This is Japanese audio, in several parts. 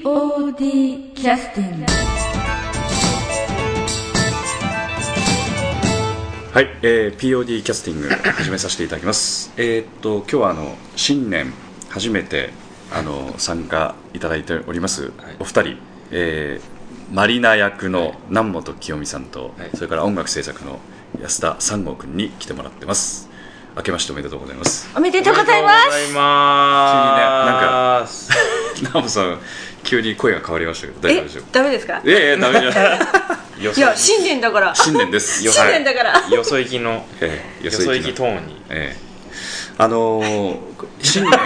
POD キャスティング。 はい、POD キャスティング始めさせていただきます今日は新年初めて参加いただいております、お二人、マリナ役の南本清美さんと、それから音楽制作の安田三郷君に来てもらってます。明けましておめでとうございます。 おめでとうございます。 急にね、なんか南本さん急に声が変わりましたけど大丈夫でしょうか。 ダメですか。 いやダメじゃないいや新年だから。 新年です。 新年だから。 よそ行きのよそ行きトーンに、 新年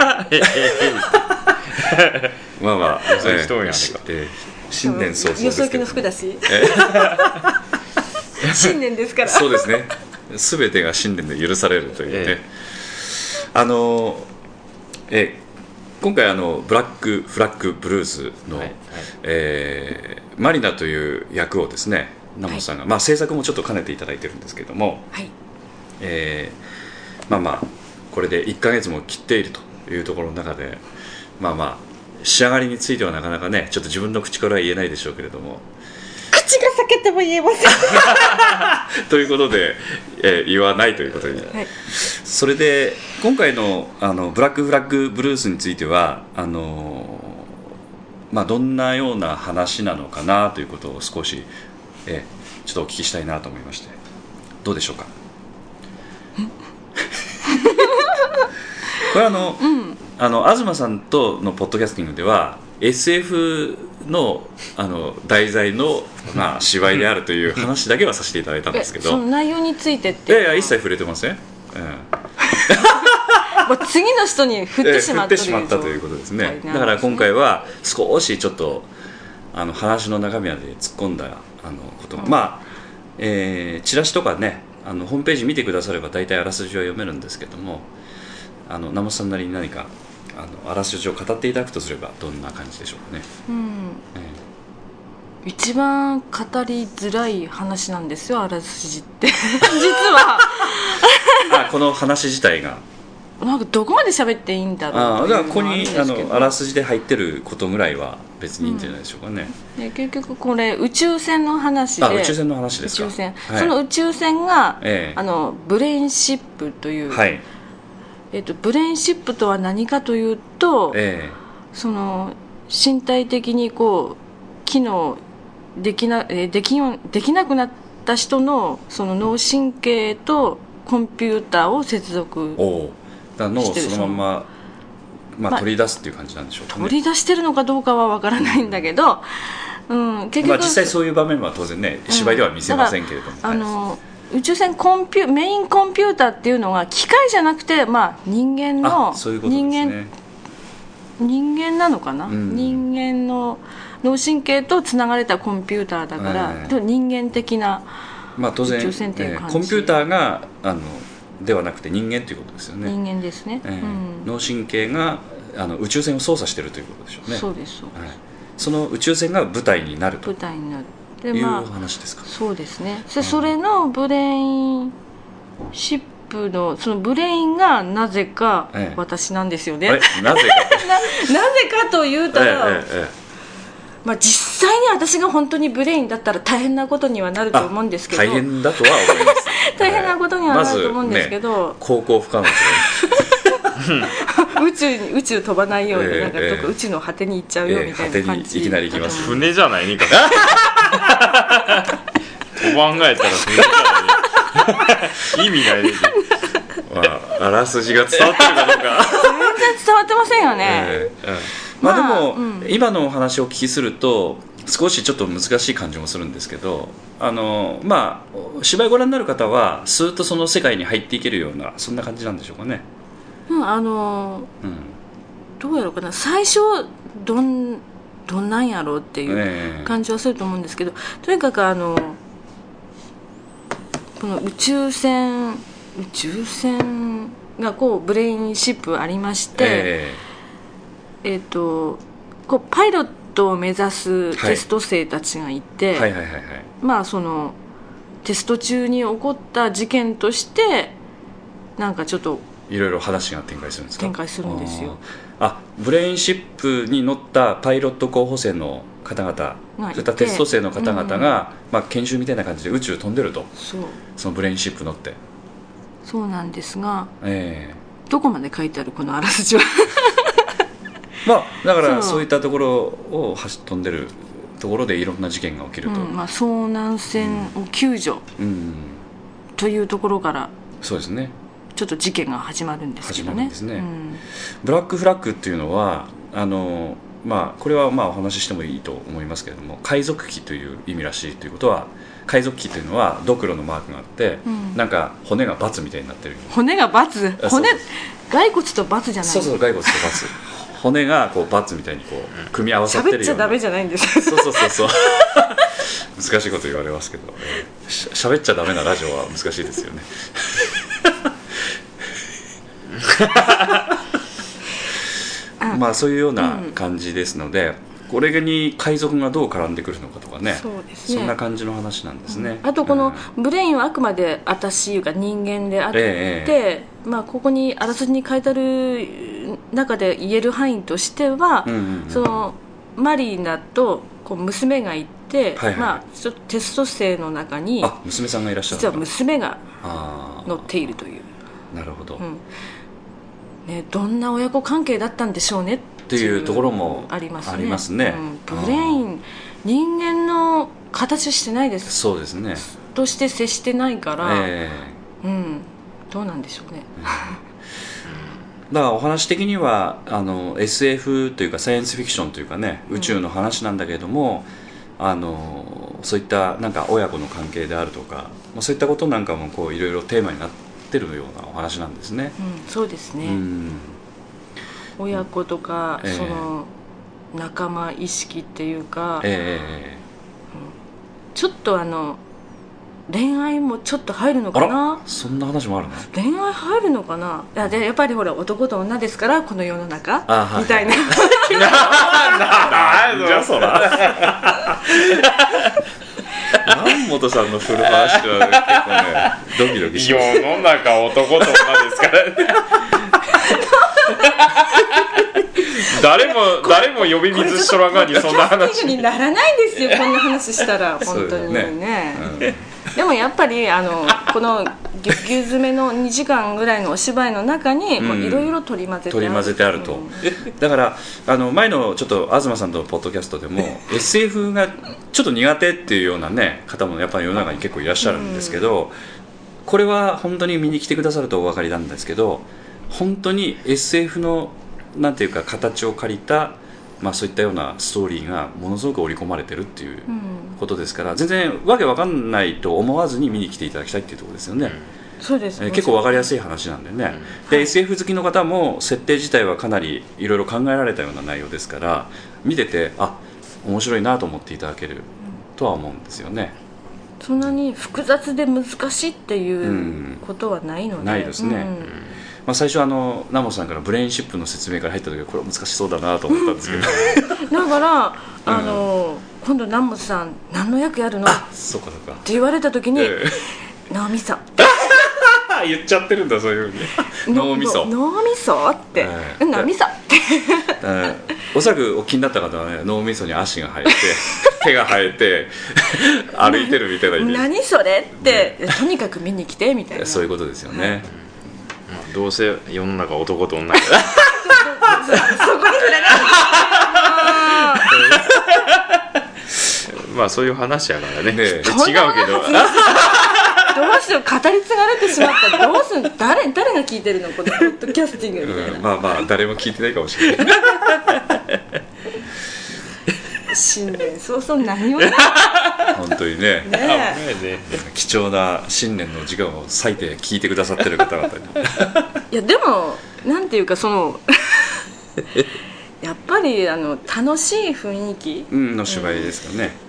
まあまあよそ行きトーンやねんか、新年早々ですけど、 よそ行きの服だし新年ですから。 そうですね、全てが新年で許されるというね、今回ブラックフラッグブルースの、マリナという役をですね南本さんが、制作もちょっと兼ねていただいてるんですけども、これで1ヶ月も切っているというところの中で仕上がりについてはなかなかねちょっと自分の口からは言えないでしょうけれども、 口が裂けても言えませんということで、言わないということに、それで今回のブラックフラッグブルースについてはどんなような話なのかなということを少し、ちょっとお聞きしたいなと思いまして、どうでしょうか。これ東さんとのポッドキャスティングでは SF の題材の、芝居であるという話だけはさせていただいたんですけど、 その内容についてって一切触れてません、 もう次の人に振ってしまったということですね。だから今回は少しちょっと話の中身まで突っ込んだことが、チラシとかねホームページ見てくだされば大体あらすじは読めるんですけども、南本さんなりに何かあらすじを語っていただくとすればどんな感じでしょうかね。 一番語りづらい話なんですよ、あらすじって実はこの話自体がなんかどこまで喋っていいんだろうというのもあるんですけど、 だからここにあらすじで入ってることぐらいは別にいいんじゃないでしょうかね。 で結局これ宇宙船の話で、 宇宙船の話ですか。 宇宙船、その宇宙船が、ブレインシップという、ブレインシップとは何かというと、その身体的にこう機能できなくなった人のその脳神経とコンピューターを接続だ脳をそのまま、取り出すっていう感じなんでしょうかね。 取り出してるのかどうかは分からないんだけど、結局、 実際そういう場面は当然ね芝居では見せませんけれども、 宇宙船メインコンピューターっていうのは機械じゃなくて、人間のそういうことですね。 人間なのかな、人間の脳神経とつながれたコンピューターだから、人間的な当然宇宙船っていう感じ、 コンピューターがではなくて人間ということですよね。 人間ですね、 脳神経が宇宙船を操作しているということでしょうね。 そうです、 その宇宙船が舞台になるとで、 いう話ですか。 そうですね。それのブレインシップのそのブレインがなぜか私なんですよね。 なぜかなぜかというと、実際に私が本当にブレインだったら大変なことにはなると思うんですけど、 大変だとは思います大変なことにはなると思うんですけど、 航行不可能ですね宇宙飛ばないように、なんか宇宙の果てに行っちゃうよみたいな感じ、 いきなり行きます。 船じゃないねか飛ばんがやったら船じゃない意味ないねあらすじが伝わってるかどうか全然伝わってませんよね。 でも、今のお話をお聞きすると少しちょっと難しい感じもするんですけど、芝居ご覧になる方はスーッとその世界に入っていけるようなそんな感じなんでしょうかね。 どうやろうかな、最初どんなんやろうっていう感じはすると思うんですけど、とにかくこの宇宙船がこうブレインシップありまして、こうパイロットを目指すテスト生たちがいて、そのテスト中に起こった事件としてなんかちょっといろいろ話が展開するんですか？ 展開するんですよ。 ブレインシップに乗ったパイロット候補生の方々、そういったテスト生の方々が、研修みたいな感じで宇宙飛んでると。そのブレインシップ乗って。 そうなんですが、どこまで書いてあるこのあらすじはだからそういったところを飛んでるところでいろんな事件が起きると、 遭難船を救助というところから、 そうですね、 ちょっと事件が始まるんですけどね。 ブラックフラッグっていうのはこれはお話ししてもいいと思いますけれども、海賊旗という意味らしいということは、海賊旗というのはドクロのマークがあって、なんか骨がバツみたいになってる。 骨がバツ？骸骨とバツじゃない？ そう骸骨とバツ骨がこうバツみたいにこう組み合わさってるような。 喋っちゃダメじゃないんですか？ そう難しいこと言われますけど、喋っちゃダメなラジオは難しいですよねそういうような感じですので、これに海賊がどう絡んでくるのかとかね、そんな感じの話なんですね。 あとこのブレインはあくまで私いうか人間であって、ここにあらすじに書いてある中で言える範囲としては、そのマリーナとこう娘がいて、ちょっとテスト生の中に娘さんがいらっしゃる、 実は娘が乗っているという。 なるほど、 どんな親子関係だったんでしょうねっていうところもありますね。ブレイン、人間の形してないです。 そうですね。 として接してないから、どうなんでしょうね。 だからお話的にはSF というかサイエンスフィクションというかね、宇宙の話なんだけれども、そういったなんか親子の関係であるとか、そういったことなんかもこういろいろテーマになってるようなお話なんですね。 そうですね。親子とか、その仲間意識っていうか、ちょっと恋愛もちょっと入るのかな。そんな話もあるの？ 恋愛入るのかな。やっぱりほら男と女ですからこの世の中みたいな。 なんじゃそら。南本さんの振る話は結構ねドキドキします。 世の中男と女ですからね。誰も呼び水しとらんがにそんな話にならないんですよ。こんな話したら本当にね。でもやっぱりこのぎゅっぎゅ詰めの2時間ぐらいのお芝居の中にいろいろ取り混ぜてあると。だから前のちょっと東さんとのポッドキャストでもSF がちょっと苦手っていうようなね方もやっぱり世の中に結構いらっしゃるんですけど、これは本当に見に来てくださるとお分かりなんですけど、本当に SF のなんていうか形を借りた、そういったようなストーリーがものすごく織り込まれてるっていうことですから、全然わけわかんないと思わずに見に来ていただきたいっていうところですよね。 そうですね。 結構わかりやすい話なんでね。で、SF 好きの方も設定自体はかなりいろいろ考えられたような内容ですから、見てて面白いなと思っていただけるとは思うんですよね。 そんなに複雑で難しいっていうことはないので、 ないですね。最初南本さんからブレインシップの説明から入った時はこれは難しそうだなと思ったんですけど、 だから今度南本さん何の役やるのって言われた時に脳みそ言っちゃってるんだ。そういうふうに脳みそって脳みそっておそらくお気になった方はね、脳みそに足が生えて手が生えて歩いてるみたいなイメージ。 何それって、とにかく見に来てみたいな、 そういうことですよね。 どうせ世の中男と女だそこに触れないそういう話やからね。違うけどどうしよう、語り継がれてしまったらどうするの。誰が聞いてるのこのポッドキャスティングみたいな。 誰も聞いてないかもしれない新年早々何を本当にね貴重な新年の時間を割いて聞いてくださってる方々にいやでもなんていうかやっぱり楽しい雰囲気の芝居ですかね。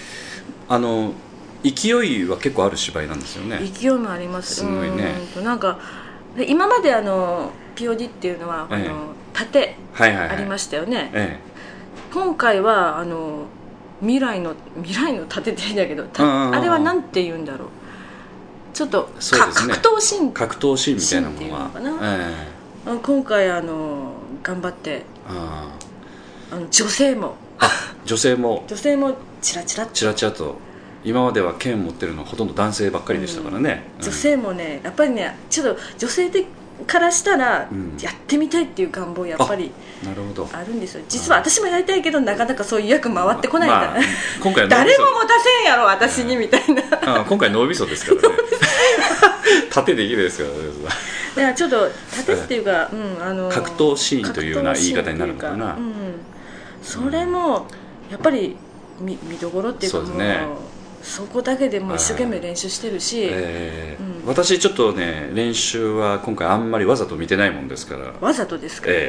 勢いは結構ある芝居なんですよね。 勢いもあります。 すごいね。 なんか今までPOD っていうのは盾ありましたよね。今回は未来の盾って言うんだけど、あれはなんて言うんだろう。 ちょっと、 そうですね、 格闘シーン格闘シーンみたいなものは、 今回頑張って女性も女性もチラチラと今までは剣を持ってるのはほとんど男性ばっかりでしたからね、 女性もねやっぱりねちょっと女性からしたらやってみたいっていう願望やっぱりあるんですよ。実は私もやりたいけどなかなかそういう役回ってこないから、今回誰も持たせんやろ私にみたいな、 今回脳みそですからね盾できるですからね。 だからちょっと盾っていうか、 格闘シーンというような言い方になるのかな、 それもやっぱり見どころっていうか、そこだけでもう一生懸命練習してるし、 私ちょっとね練習は今回あんまりわざと見てないもんですから。 わざとですか、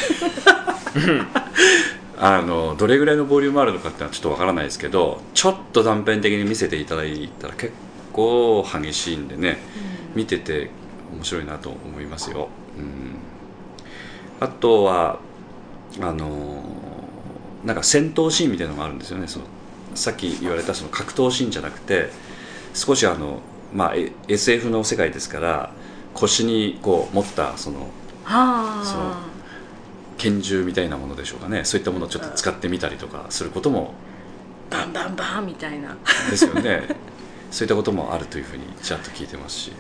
どれぐらいのボリュームあるのかってのはちょっとわからないですけど、ちょっと断片的に見せていただいたら結構激しいんでね、見てて面白いなと思いますよ。あとはなんか戦闘シーンみたいなのがあるんですよね。さっき言われたその格闘シーンじゃなくて、少しSF の世界ですから腰にこう持ったその拳銃みたいなものでしょうかね、そういったものをちょっと使ってみたりとかすることもバンバンバンみたいなですよねそういったこともあるというふうにちゃんと聞いてますし、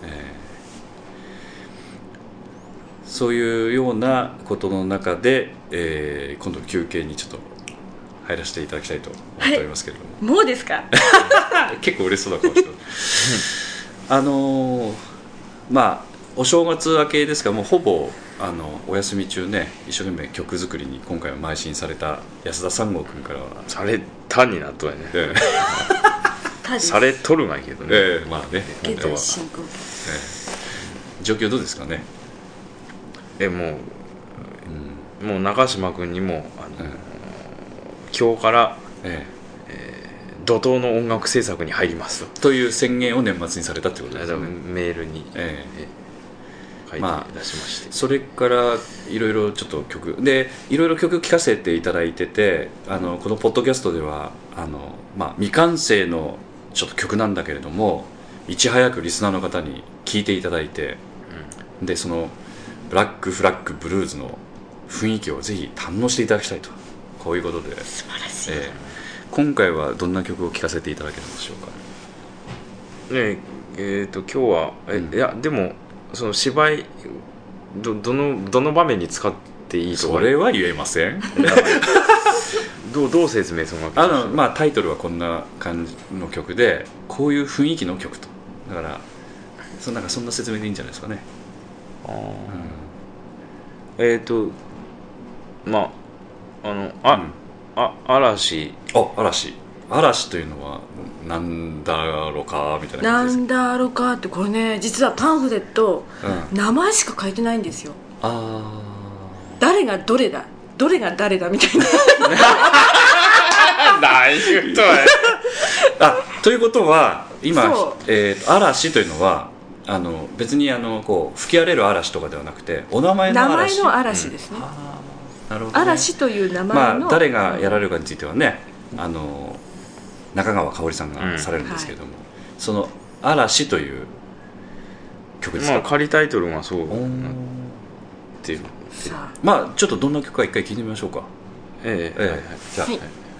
そういうようなことの中で、今度休憩にちょっと入らせていただきたいと思っておりますけれども、 もうですか結構嬉しそうな顔してお正月明けですからもうほぼお休み中ね、一生懸命曲作りに今回は邁進された安田三郷君からはされたになっとやねされとるがいいけどね、 現在進行形、 状況どうですかね。 もう中島君にも今日から、怒涛の音楽制作に入りますという宣言を年末にされたってことですね。 メールに、書いて出しまして、 それからいろいろちょっと曲でいろいろ曲聴かせていただいてて、このポッドキャストでは未完成のちょっと曲なんだけれどもいち早くリスナーの方に聴いていただいて、でそのブラックフラッグブルーズの雰囲気をぜひ堪能していただきたいと、こういうことで素晴らしい、 今回はどんな曲を聴かせていただけるんでしょうか。 今日はいやでもその芝居どの場面に使っていいとかそれは言えませんどう説明するのか。タイトルはこんな感じの曲でこういう雰囲気の曲と、だからそんな説明でいいんじゃないですかね。嵐というのはなんだろうかみたいな感じですか。 なんだろうかってこれね実はパンフレット、名前しか書いてないんですよ。誰がどれだ誰だみたいな大ヒットということは今、嵐というのは別にこう吹き荒れる嵐とかではなくてお名前の嵐ですね。 なるほどね。 嵐という名前の、 誰がやられるかについてはね中川香織さんがされるんですけれども、その嵐という曲ですか。 仮タイトルがそうっていう、 ちょっとどんな曲か一回聴いてみましょうか。じゃあはい。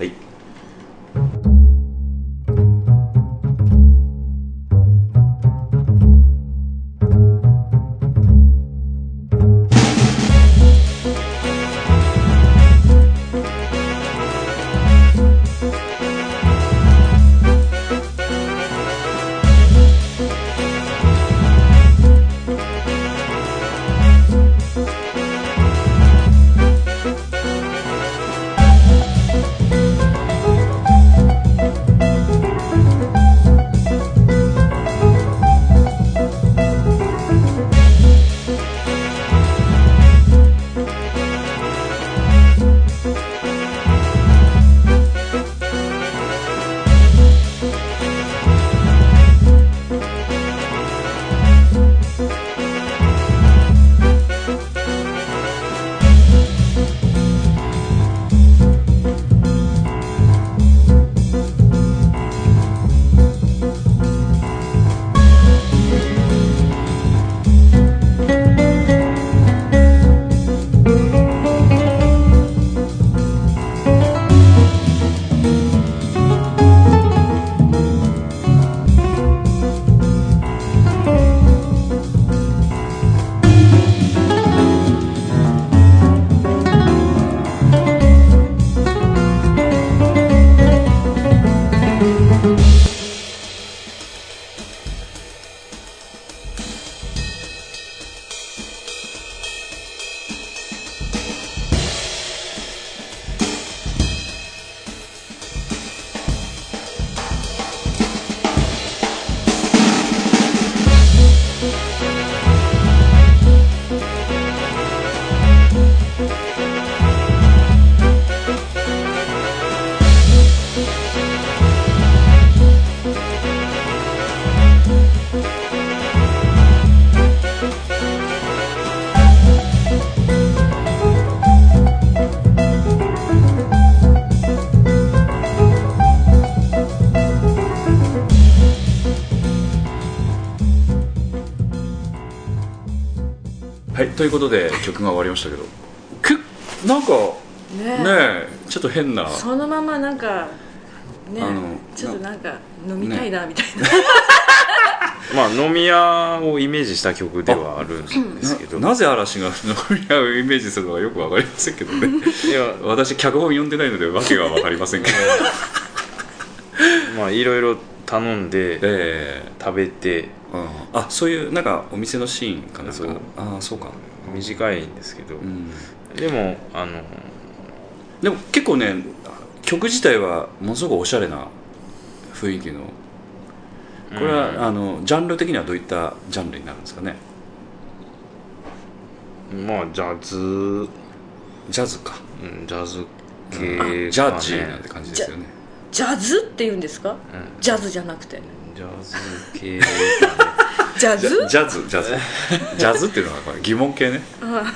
ということで曲が終わりましたけど、なんかねちょっと変な、 そのままなんかねちょっとなんか飲みたいなみたいな、 まあ飲み屋をイメージした曲ではあるんですけど、 なぜ嵐が飲み屋をイメージするのかよく分かりませんけどねいや私脚本読んでないので訳が分かりませんけどまあいろいろ頼んで、食べて、 そういうなんかお店のシーンかな。そうか、 短いんですけど、でも結構ね曲自体はものすごくおしゃれな雰囲気の、これはジャンル的にはどういったジャンルになるんですかね。 まあジャズか、ジャズ系かね、 ジャッジーなんて感じですよね。 ジャズって言うんですか、ジャズじゃなくてジャズ系ジャズっていうのはこれ疑問系ね。いや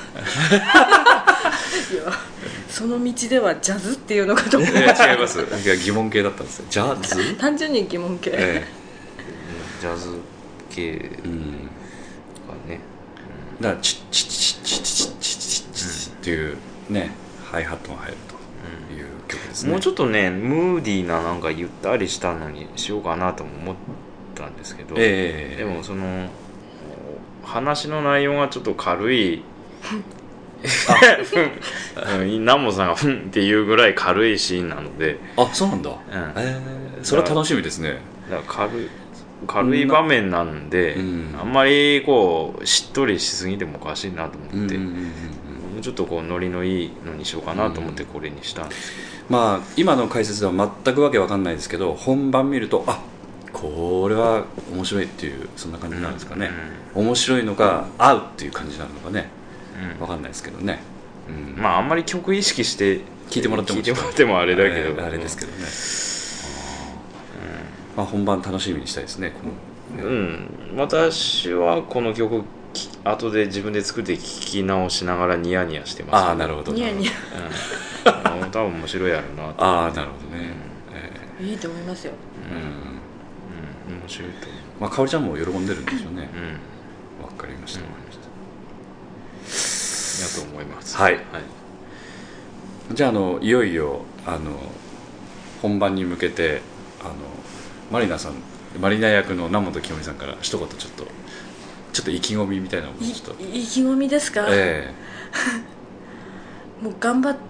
その道ではジャズっていうのかと思って、 違います。疑問系だったんですよ。ジャズ単純に疑問系、 ジャズ系とかね、 だからチッチッチッチッチッチッチッチッっていうねハイハットが入るという曲ですね。 もうちょっとねムーディーななんかゆったりしたのにしようかなとも思ったんですけど、でもその話の内容がちょっと軽い南本さんが「ふん」っていうぐらい軽いシーンなので、 そうなんだ、それは楽しみですね。 だから軽い場面なんで、あんまりこうしっとりしすぎてもおかしいなと思って、もうちょっとこうノリのいいのにしようかなと思ってこれにしたんですけど、 まあ今の解説では全くわけわかんないですけど、本番見るとこれは面白いっていうそんな感じなんですかね。面白いのか合うっていう感じなのかね、わかんないですけどね。 まああんまり曲意識して聞いてもらってもあれだけど、 あれですけどね。本番楽しみにしたいですね。 私はこの曲後で自分で作って聴き直しながらニヤニヤしてます、 なるほど。 ニヤニヤ多分面白いやろうなと。 なるほどね。 いいと思いますよ。 面白いと思う。 かおりちゃんも喜んでるんでしょうね。わかりました。 やと思います。 じゃあいよいよ本番に向けてマリナ役の南本清美さんから一言ちょっと意気込みみたいなのを意気込みですか。もう頑張って、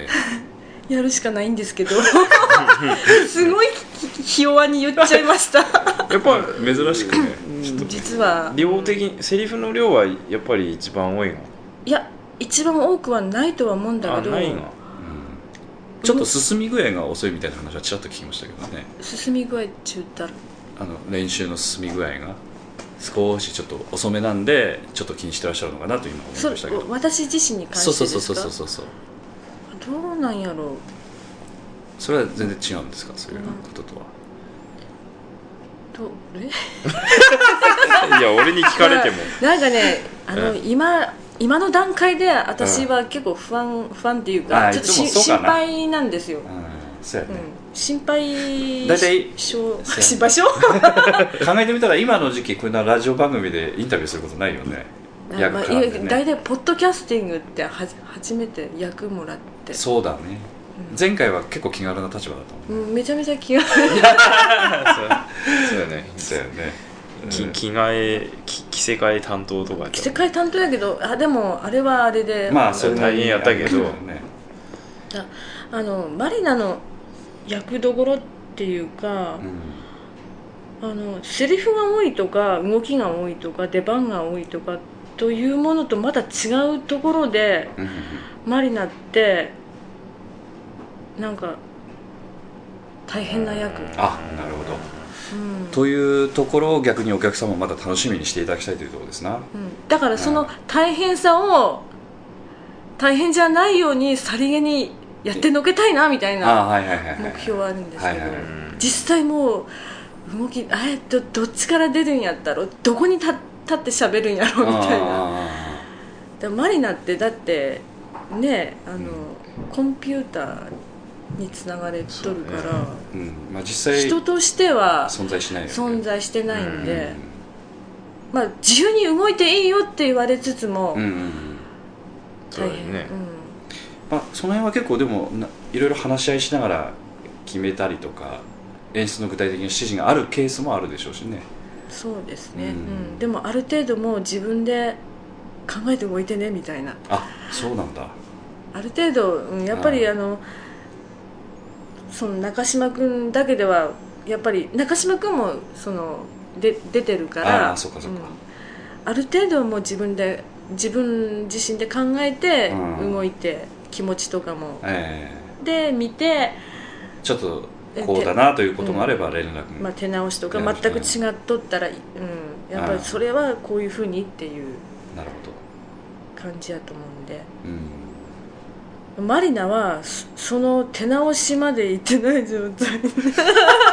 やるしかないんですけどすごいひ弱に言っちゃいましたやっぱ珍しくね、 実は量的にセリフの量はやっぱり一番多いの。 いや一番多くはないとは思うんだけど、 ないが、ちょっと進み具合が遅いみたいな話はちらっと聞きましたけどね。 進み具合って言ったら練習の進み具合が少しちょっと遅めなんでちょっと気にしてらっしゃるのかなと今思いましたけど。 私自身に関してですか。 そうどうなんやろう。 それは全然違うんですか、そういうこととは。 いや俺に聞かれてもなんかね今の段階で私は結構不安っていうか、ちょっと心配なんですよ。 そうやね、 心配大体心配性考えてみたら今の時期こんなラジオ番組でインタビューすることないよね。 大体ポッドキャスティングって初めて役もらって。 そうだね、前回は結構気軽な立場だったもんね。 めちゃめちゃ気軽そうやね着せ替え担当とか着せ替え担当やけど、でもあれはあれでそれ大変やったけど、 マリナの役どころっていうか、セリフが多いとか動きが多いとか出番が多いとかというものとまた違うところで、マリナってなんか大変な役。 なるほど。というところを逆にお客様まだ楽しみにしていただきたいというところですな。 だからその大変さを大変じゃないようにさりげにやってのけたいなみたいな目標はあるんですけど、実際もう動きどっちから出るんやったろ、どこに立って喋るんやろみたいな。マリナってだってねコンピューターにつながれとるから、 実際人としては存在しないよね。 存在してないんで、 まあ、自由に動いていいよって言われつつも、 大変ね、 まあ、その辺は結構でもいろいろ話し合いしながら決めたりとか演出の具体的な指示があるケースもあるでしょうしね。 そうですね、でもある程度もう自分で考えて動いてねみたいな。 あ、そうなんだ。 ある程度、やっぱりその中島君だけではやっぱり中島君も出てるから、 そうかそうか、 ある程度はもう自分自身で考えて動いて、気持ちとかも、で見てちょっとこうだなということがあれば連絡、 まあ、手直しとか全く違っとったら、やっぱりそれはこういうふうにっていう感じやと思うんで、マリナはその手直しまで行ってない状態とにか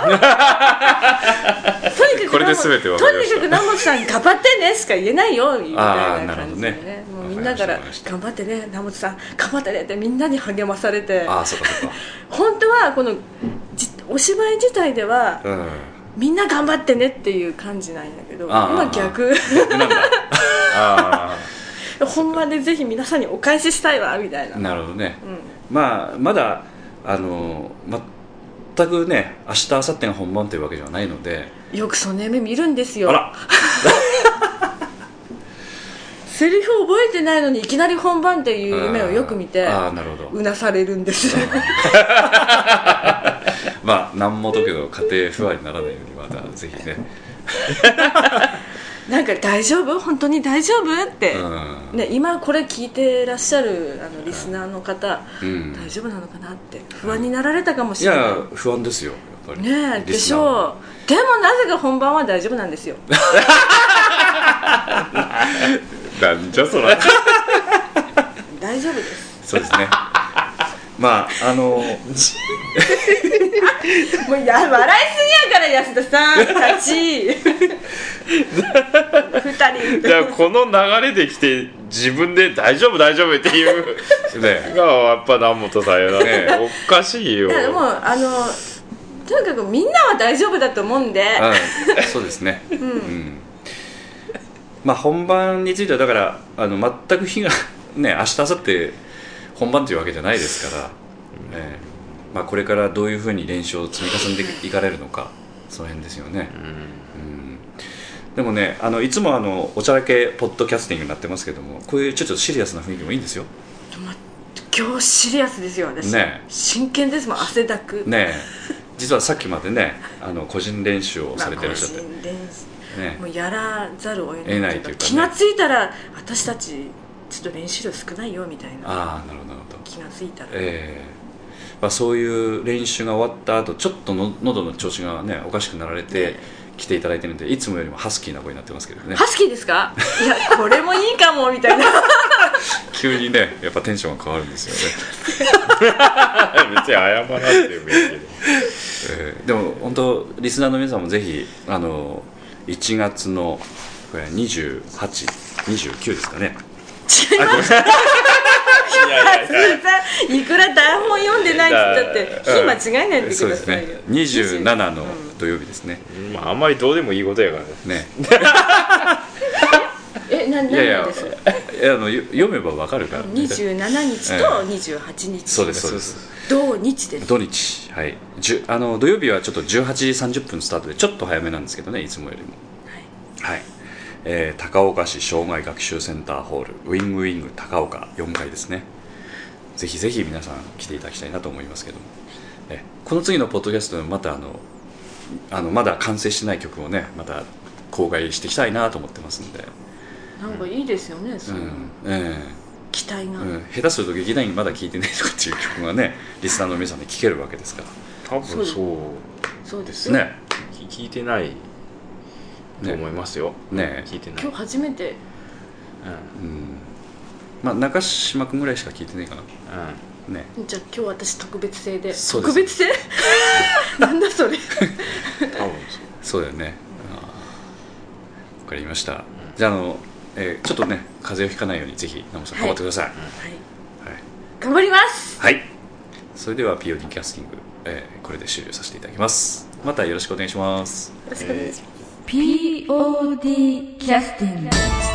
くこれで全て分かりました。 とにかく南本さん頑張ってねしか言えないよみたいな感じでね、もうみんなから頑張ってね南本さん頑張ってねってみんなに励まされて、 そうかそうか本当はこのお芝居自体では、みんな頑張ってねっていう感じなんやけど、今逆なんだ本番でぜひ皆さんにお返ししたいわみたいな。 なるほどね、まあまだ全くね明日明後日が本番というわけではないので、 よくその夢見るんですよ。 あらセリフ覚えてないのにいきなり本番っていう夢をよく見てうなされるんですまあ何もとけど家庭不和にならないようにまたぜひねなんか大丈夫本当に大丈夫って、ね、今これ聞いてらっしゃるリスナーの方、大丈夫なのかなって不安になられたかもしれない。 いや不安ですよやっぱりね。でしょう。でもなぜか本番は大丈夫なんですよなんじゃそら大丈夫です。 そうですねまあもう笑いすぎやから安田さんたち2人じゃあこの流れできて自分で大丈夫大丈夫っていうねがやっぱ南本さんやなねおかしいよ。 いやでもとにかくみんなは大丈夫だと思うんで、 そうですね、まあ本番についてはだから全く日がね明日明後日本番というわけじゃないですから、まあ、これからどういうふうに練習を積み重ねていかれるのかその辺ですよね、でもねいつもおちゃらけポッドキャスティングになってますけどもこういうちょっとシリアスな雰囲気もいいんですよ。 今日シリアスですよ私、真剣ですもん汗だくね実はさっきまでね個人練習をされてらっしゃって、 もうやらざるを得ないというか、気がついたら私たちちょっと練習量少ないよみたいな。 なるほど気がついたら、 まあ、そういう練習が終わった後ちょっと喉の調子がねおかしくなられて来ていただいてるのでいつもよりもハスキーな声になってますけどね。 ハスキーですか？いやこれもいいかもみたいな急にねやっぱテンションが変わるんですよね別に謝らなくてもいいけど、 でも本当リスナーの皆さんもぜひ1月のこれ28、29ですかね。 違いますいくら台本読んでないって言ったって日間違いないでくださいよ。 そうですね27の土曜日ですね、 まああんまりどうでもいいことやからね何です読めばわかるから、ね、 27日と28日、 そうですそうです、 同日です。 土日、はい、土曜日はちょっと18時30分スタートでちょっと早めなんですけどねいつもよりもはい高岡市障害学習センターホールウィングウィング高岡4階ですね。ぜひぜひ皆さん来ていただきたいなと思いますけども、この次のポッドキャストでもまたまだ完成してない曲をねまた公開していきたいなと思ってますんで、 なんかいいですよね、その期待が、 下手すると劇団員まだ聴いてないとかっていう曲がねリスナーの皆さんに聴けるわけですから。 多分そうですね。 聞いてないと思いますよ。聞いてない。 今日初めて。 まあ中島君ぐらいしか聞いてないかな。 じゃあ今日私特別製で。特別製？なんだそれ。 多分そうだよね。わかりました。じゃあちょっとね風邪をひかないようにぜひ南本さん頑張ってください。はい。 頑張ります。 はい。それでは POD キャスティングこれで終了させていただきます。またよろしくお願いします。 よろしくお願いします。 POD キャスティング